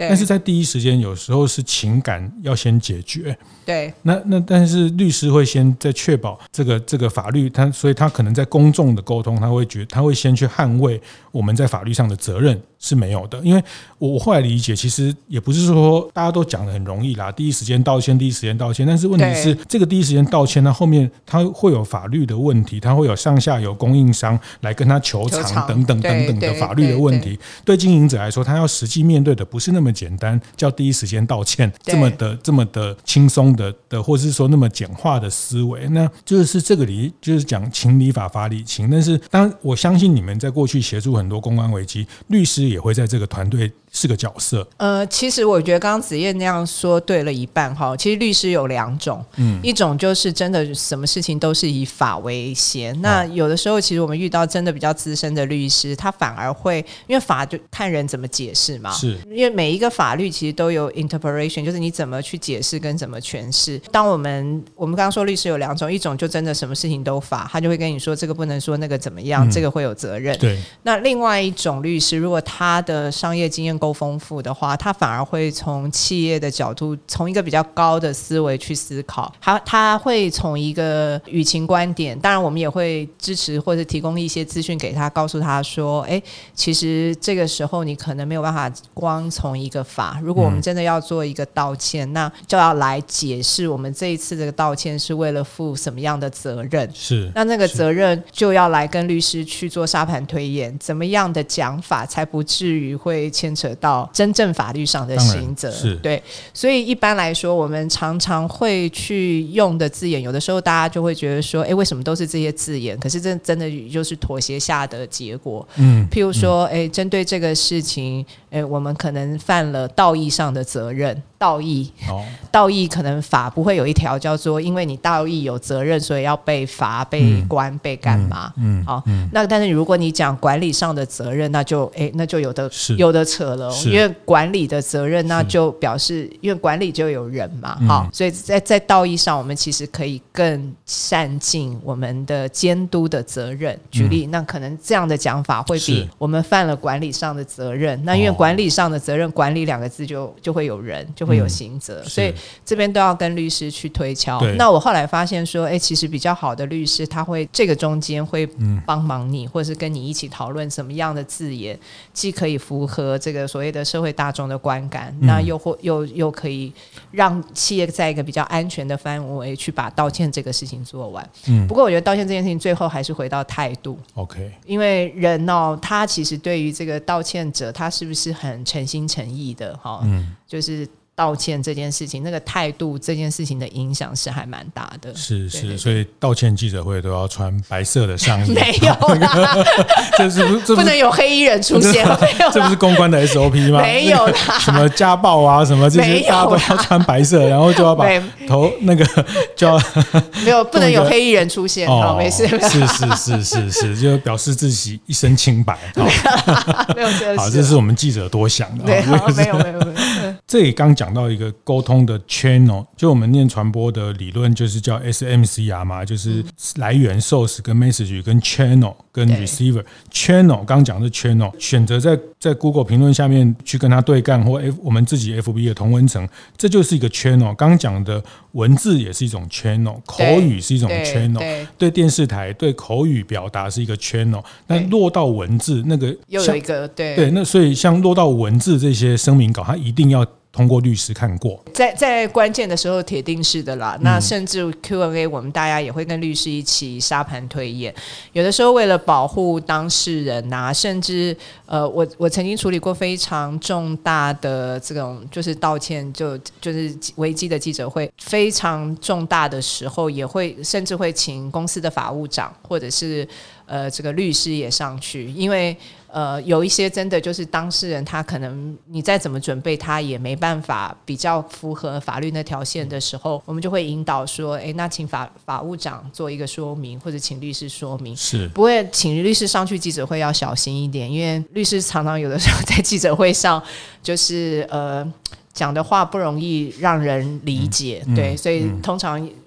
但是在第一时间有时候是情感要先解决。 对， 那那但是律师会先在确保这个这个法律，他所以他可能在公众的沟通，他会觉他会先去捍卫我们在法律上的责任是没有的。因为我我后来理解，其实也不是说大家都讲得很容易啦，第一时间道歉，第一时间道歉，但是问题是这个第一时间道歉，那后面他会有法律的问题，他会有上下游供应商来跟他求偿等等等等的法律的问题。对经营者来说，他要实际面对的不是那么简单，叫第一时间道歉这么的这么的轻松的的，或是说那么简化的思维，那就是这个理就是讲情理法法理情。但是当然我相信你们在过去协助很多公关危机，律师也会在这个团队是个角色。 呃，其实我觉得刚刚子燕那样说对了一半哈。其实律师有两种，嗯，一种就是真的什么事情都是以法为先。那有的时候其实我们遇到真的比较资深的律师，他反而会因为法就看人怎么解释嘛， 是因为每一个法律其实都有 interpretation， 就是你怎么去解释跟怎么诠释。当我们我们刚刚说律师有两种，一种就真的什么事情都法，他就会跟你说这个不能说，那个怎么样，嗯，这个会有责任。 对。那另外一种律师，如果他的商业经验够丰富的话，他反而会从企业的角度，从一个比较高的思维去思考。他他会从一个舆情观点，当然我们也会支持或者提供一些资讯给他，告诉他说，哎，其实这个时候你可能没有办法光从一个法，如果我们真的要做一个道歉，嗯，那就要来解释我们这一次这个道歉是为了负什么样的责任。 是， 那那个责任就要来跟律师去做沙盘推演，怎么样的讲法才不至于会牵扯到真正法律上的刑责。对，所以一般来说我们常常会去用的字眼，有的时候大家就会觉得说，哎，为什么都是这些字眼？可是这真的就是妥协下的结果。嗯，譬如说，哎，针对这个事情，哎，我们可能犯了道义上的责任。道义，哦，道义可能法不会有一条叫做因为你道义有责任，所以要被罚、被关、嗯、被干嘛？嗯，好，哦嗯，那但是如果你讲管理上的责任，那就哎，那就有的有的扯了，因为管理的责任，那就表示因为管理就有人嘛，好，所以在在道义上，我们其实可以更善尽我们的监督的责任。举例，嗯，那可能这样的讲法会比我们犯了管理上的责任，那因为管理上的责任，管理两个字就就会有人，就会。会有刑责，嗯，所以这边都要跟律师去推敲。那我后来发现说，哎，其实比较好的律师，他会这个中间会帮忙你，嗯，或者是跟你一起讨论什么样的字眼，既可以符合这个所谓的社会大众的观感，嗯，那又或又又可以让企业在一个比较安全的范围去把道歉这个事情做完。嗯，不过我觉得道歉这件事情最后还是回到态度。OK， 因为人哦，他其实对于这个道歉者，他是不是很诚心诚意的哈，哦，嗯，就是道歉这件事情，那个态度这件事情的影响是还蛮大的。是是，对对对，所以道歉记者会都要穿白色的上衣。没有啦，这是不这不能有黑衣人出现，这不是公关的 S O P 吗？没有啦，什么家暴啊什么这些，大家都要穿白色，然后就要把头那个就要没有不能有黑衣人出现。好，没事。是是是是是，就表示自己一身清白。没有这个事。好，这是我们记者多想的。对，没有没有没有。这里刚讲到一个沟通的 channel， 就我们念传播的理论就是叫 S M C R 嘛，就是来源 source 跟 message 跟 channel 跟 receiver。 channel 刚讲的 channel， 选择在在 Google 评论下面去跟他对干，或 F, 我们自己 F B 的同温层，这就是一个 channel。 刚讲的文字也是一种 channel， 口语是一种 channel， 对, 对电视台对口语表达是一个 channel， 但落到文字那个又有一个 对, 对那所以像落到文字这些声明稿，它一定要通过律师看过，在在关键的时候铁定是的啦。那甚至 Q and A 我们大家也会跟律师一起沙盘推演，有的时候为了保护当事人啊，甚至呃，我我曾经处理过非常重大的这种就是道歉就就是危机的记者会，非常重大的时候也会甚至会请公司的法务长或者是呃这个律师也上去，因为呃，有一些真的就是当事人，他可能你再怎么准备，他也没办法比较符合法律那条线的时候，我们就会引导说，哎，那请法法务长做一个说明，或者请律师说明。是，不会请律师上去记者会要小心一点，因为律师常常有的时候在记者会上就是呃。讲的话不容易让人理解，嗯、对，所以通常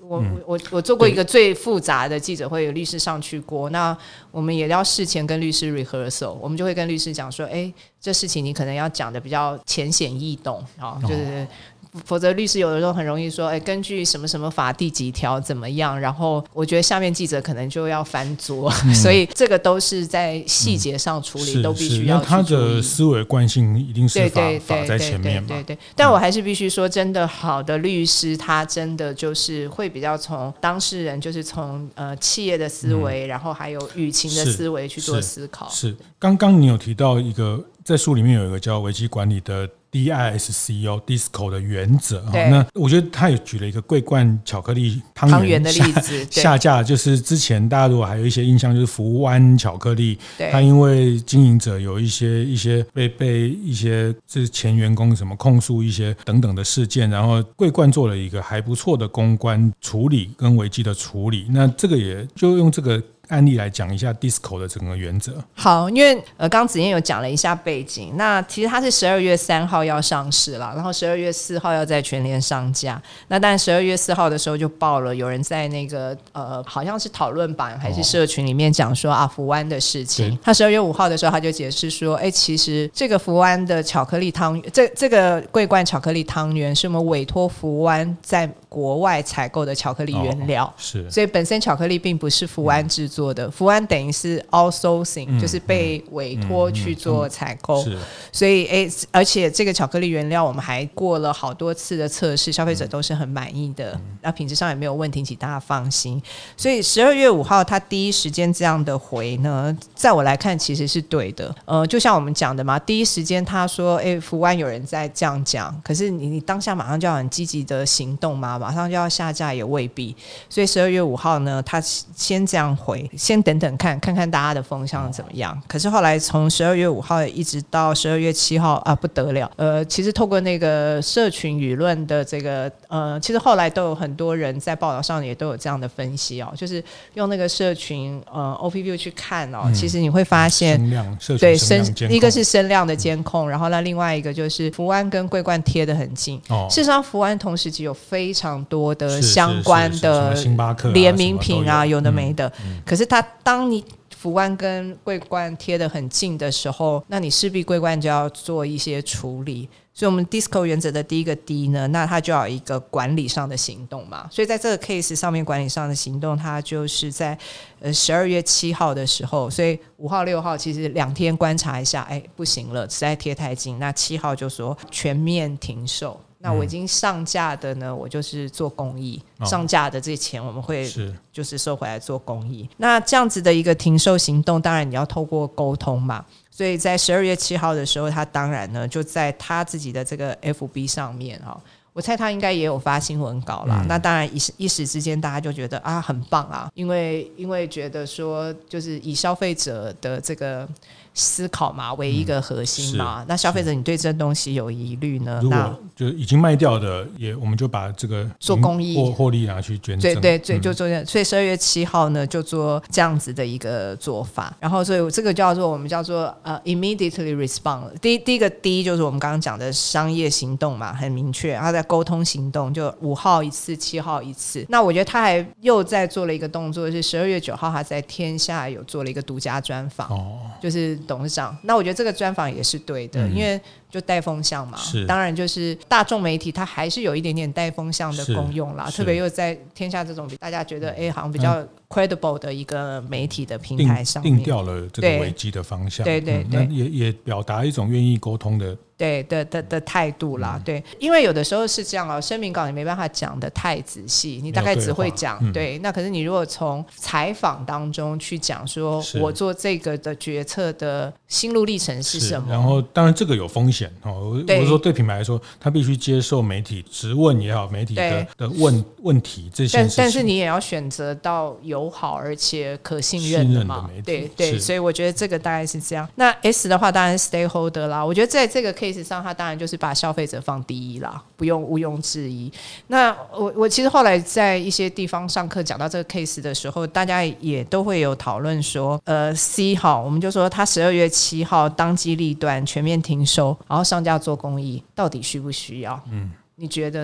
我我我做过一个最复杂的记者会，有律师上去过，那我们也要事前跟律师 rehearsal， 我们就会跟律师讲说，哎，这事情你可能要讲的比较浅显易懂啊，就是。哦，否则律师有的时候很容易说，哎，根据什么什么法第几条怎么样，然后我觉得下面记者可能就要翻桌，嗯、所以这个都是在细节上处理、嗯、都必须要去注意。 他的思维惯性一定是法对对对法在前面嘛， 对对对对。但我还是必须说，真的好的律师，他真的就是会比较从当事人，就是从呃企业的思维、嗯，然后还有舆情的思维去做思考。 是，是刚刚你有提到一个，在书里面有一个叫危机管理的。D I S C O D I S C O 的原则，那我觉得他也举了一个桂冠巧克力汤圆的例子， 下架就是之前大家如果还有一些印象，就是福湾巧克力，他因为经营者有一些一些被被一些这前员工什么控诉一些等等的事件，然后桂冠做了一个还不错的公关处理跟危机的处理，那这个也就用这个案例来讲一下 D I S C O 的整个原则。 好，因为呃，刚子燕有讲了一下背景，那其实它是十二月三号要上市啦，然后十二月四号要在全联上架。那但十二月四号的时候就爆了，有人在那个呃，好像是讨论版还是社群里面讲说、哦、啊，福湾的事情。他十二月五号的时候他就解释说，哎，其实这个福湾的巧克力汤，这这个桂冠巧克力汤圆是我们委托福湾在国外采购的巧克力原料，哦、是，所以本身巧克力并不是福湾制作。做的福湾等于是 outsourcing、嗯、就是被委托去做采购、嗯嗯嗯、所以诶，而且这个巧克力原料我们还过了好多次的测试，消费者都是很满意的，那、嗯、品质上也没有问题，请大家放心。所以十二月五号他第一时间这样的回呢，在我来看其实是对的。呃，就像我们讲的嘛，第一时间他说诶，福湾有人在这样讲，可是 你, 你当下马上就要很积极的行动嘛，马上就要下架也未必，所以十二月五号呢他先这样回，先等等看看看大家的风向怎么样。可是后来从十二月五号一直到十二月七号啊，不得了！呃，其实透过那个社群舆论的这个呃，其实后来都有很多人在报道上也都有这样的分析哦，就是用那个社群呃 O P V 去看哦、嗯，其实你会发现， 声量社群对声量监控， 一个是声量的监控、嗯，然后那另外一个就是福湾跟桂冠贴得很近。哦、事实上，福湾同时期有非常多的相关的联名品啊，有的没的。嗯嗯、可是它当你福湾跟桂冠贴得很近的时候，那你势必桂冠就要做一些处理。所以我们 D I S C O 原则的第一个 D 呢，那它就要有一个管理上的行动嘛。所以在这个 case 上面，管理上的行动，它就是在呃十二月七号的时候，所以五号六号其实两天观察一下，哎，不行了，实在贴太近。那七号就说全面停售。那我已经上架的呢，我就是做公益、哦、上架的这些钱我们会就是收回来做公益。那这样子的一个停售行动，当然你要透过沟通嘛，所以在十二月七号的时候，他当然呢就在他自己的这个 F B 上面、哦、我猜他应该也有发新闻稿啦、嗯、那当然一时一时之间大家就觉得啊很棒啊，因为因为觉得说就是以消费者的这个思考嘛为一个核心嘛、嗯、那消费者你对这东西有疑虑呢， 如果就已经卖掉的也我们就把这个做公益获获利拿去捐赠， 对对对，就做、嗯、所以十二月七号呢就做这样子的一个做法，然后所以这个叫做我们叫做、uh, immediately respond。 第, 第一个 D 就是我们刚刚讲的商业行动嘛，很明确，他在沟通行动，就五号一次，七号一次。那我觉得他还又在做了一个动作，是十二月九号他在天下有做了一个独家专访、哦、就是董事长。那我觉得这个专访也是对的、嗯、因为就带风向嘛，当然就是大众媒体它还是有一点点带风向的功用啦，特别又在天下这种大家觉得哎好像比较 credible 的一个媒体的平台上面， 定调了这个危机的方向， 对对 对, 对、嗯、 那 也, 也表达一种愿意沟通的对的的的态度啦、嗯，对，因为有的时候是这样啊，声明稿你没办法讲得太仔细，你大概只会讲 对,、嗯、对，那可是你如果从采访当中去讲说我做这个的决策的心路历程是什么， 然后当然这个有风险哦，我是说对品牌来说，他必须接受媒体质问也好，媒体 的, 的 问, 问题这些事情， 但是你也要选择到友好而且可信任的嘛， 的对对，所以我觉得这个大概是这样。那 S 的话当然是 stakeholder 啦，我觉得在这个 case 上他当然就是把消费者放第一啦，不用毋庸置疑。那 我, 我其实后来在一些地方上课讲到这个 case 的时候，大家也都会有讨论说呃 C 号我们就说他十二月七号当机立断全面停售，然后上架做公益，到底需不需要？嗯，你觉得呢？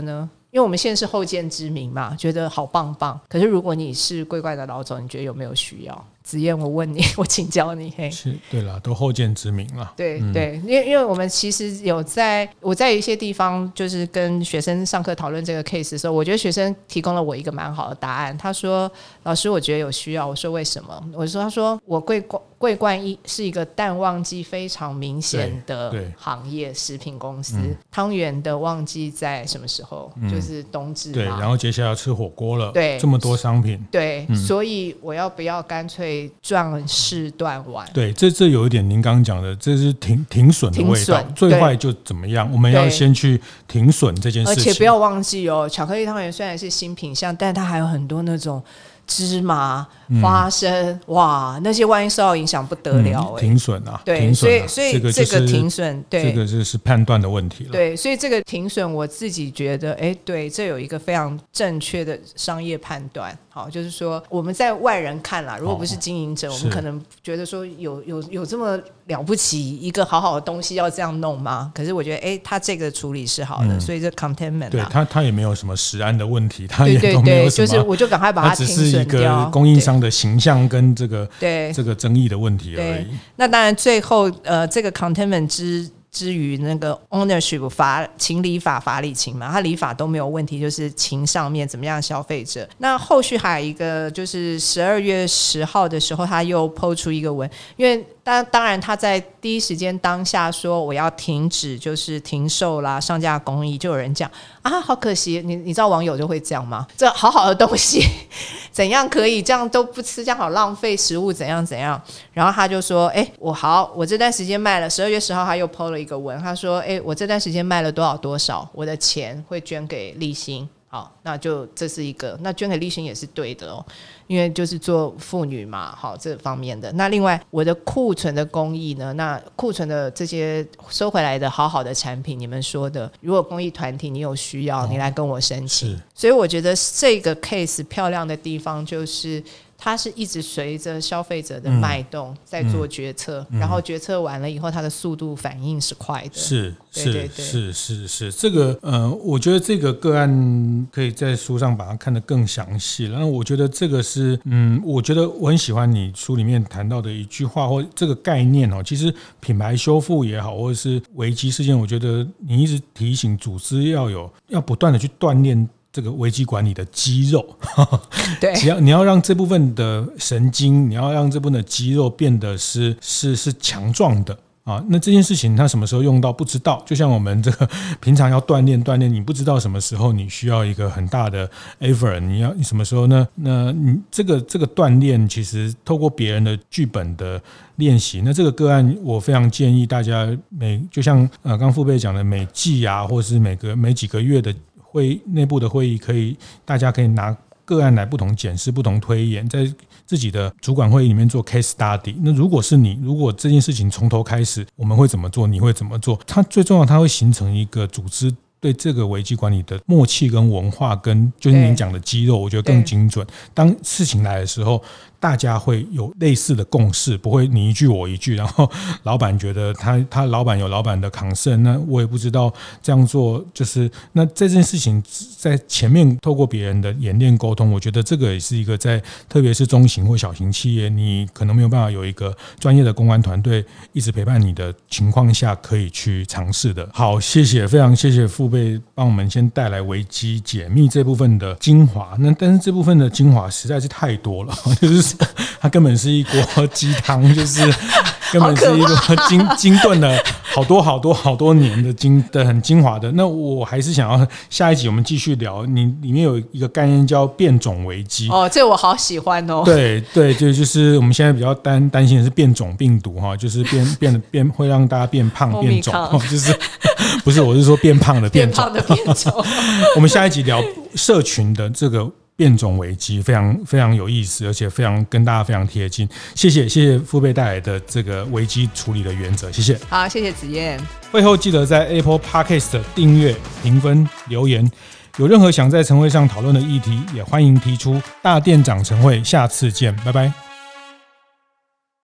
因为我们现在是后见之明嘛，觉得好棒棒。可是如果你是桂冠的老总，你觉得有没有需要？子燕，我问你，我请教你。嘿， 是对啦，都后见之明啦。 对、 嗯、 对，因为因为我们其实有在我在一些地方就是跟学生上课讨论这个 case 的时候，我觉得学生提供了我一个蛮好的答案。他说：“老师，我觉得有需要。”我说：“为什么？”我说：“他说我桂冠桂冠一是一个淡旺季非常明显的行业，食品公司。嗯、汤圆的旺季在什么时候？嗯、就是冬至嘛。 对，然后接下来要吃火锅了。 对， 这么多商品。 对，嗯、所以我要不要干脆壮士断腕？ 对，这这有一点您刚刚讲的，这是停停损的味道。最坏就怎么样？我们要先去停损这件事情。 而且不要忘记哦，巧克力汤圆虽然是新品项，但它还有很多那种芝麻、花生、嗯、哇，那些万一受到影响不得了、欸嗯、停损啊， 对， 停损啊， 所以所以这个停损，对， 这个就是判断的问题了。 对，所以这个停损，我自己觉得，哎，对，这有一个非常正确的商业判断。好，就是说我们在外人看啦，如果不是经营者，哦、我们可能觉得说有有有这么了不起一个好好的东西要这样弄吗？可是我觉得，哎，他这个处理是好的，嗯、所以这 containment 啊， 对他他也没有什么食安的问题，他也都没有什么， 就是我就赶快把它停损掉。它只是一个供应商的形象跟这个对这个争议的问题而已。 那当然，最后呃，这个 containment 之。至于那个 ownership 法情理法法理情嘛，他理法都没有问题，就是情上面怎么样消费者。那后续还有一个就是十二月十号的时候，他又 po 出一个文，因为当当然他在第一时间当下说我要停止就是停售啦上架公益，就有人讲啊好可惜，你你知道网友就会这样吗？这好好的东西怎样可以这样都不吃，这样好浪费食物怎样怎样。然后他就说哎、欸，我好我这段时间卖了，十二月十号他又 po 了一个文，他说哎、欸，我这段时间卖了多少多少，我的钱会捐给立新。好，那就这是一个，那捐给立新也是对的哦，因为就是做妇女嘛，好这方面的。那另外我的库存的公益呢，那库存的这些收回来的好好的产品，你们说的，如果公益团体你有需要，你来跟我申请。哦、所以我觉得这个 case 漂亮的地方就是。它是一直随着消费者的脉动在做决策、嗯嗯、然后决策完了以后它的速度反应是快的。 是是对对对是是是这个呃，我觉得这个个案可以在书上把它看得更详细。然后我觉得这个是嗯，我觉得我很喜欢你书里面谈到的一句话或这个概念哦。其实品牌修复也好，或者是危机事件，我觉得你一直提醒组织要有要不断的去锻炼这个危机管理的肌肉， 对， 只要你要让这部分的神经，你要让这部分的肌肉变得是是是强壮的啊。那这件事情它什么时候用到不知道，就像我们这个平常要锻炼锻炼，你不知道什么时候你需要一个很大的 effort， 你要你什么时候呢？那你这个这个锻炼其实透过别人的剧本的练习，那这个个案我非常建议大家每就像呃刚父辈讲的每季啊，或是每个每几个月的会议内部的会议，可以大家可以拿个案来不同检视、不同推演，在自己的主管会议里面做 case study。那如果是你，如果这件事情从头开始，我们会怎么做？你会怎么做？它最重要，它会形成一个组织对这个危机管理的默契跟文化，跟就是您讲的肌肉，我觉得更精准。当事情来的时候，大家会有类似的共识，不会你一句我一句，然后老板觉得他他老板有老板的concern，那我也不知道这样做就是那这件事情在前面透过别人的演练沟通，我觉得这个也是一个在特别是中型或小型企业，你可能没有办法有一个专业的公关团队一直陪伴你的情况下，可以去尝试的。好，谢谢，非常谢谢父辈帮我们先带来危机解密这部分的精华。那但是这部分的精华实在是太多了，就是它根本是一锅鸡汤，就是根本是一个精精炖了好多好多好多年的精的很精华的。那我还是想要下一集我们继续聊，你里面有一个概念叫变种危机。 哦，这我好喜欢哦。 对对，就就是我们现在比较担担心的是变种病毒哈，就是变变变会让大家变胖变种，就是不是我是说变胖的变种。 变胖的变种。 我们下一集聊社群的这个变种危机，非常非常有意思，而且非常跟大家非常贴近。谢谢谢谢父辈带来的这个危机处理的原则，谢谢。 好，谢谢子燕。 会后记得在 Apple Podcast 订阅、评分、留言。有任何想在晨会上讨论的议题，也欢迎提出。大店长晨会，下次见，拜拜。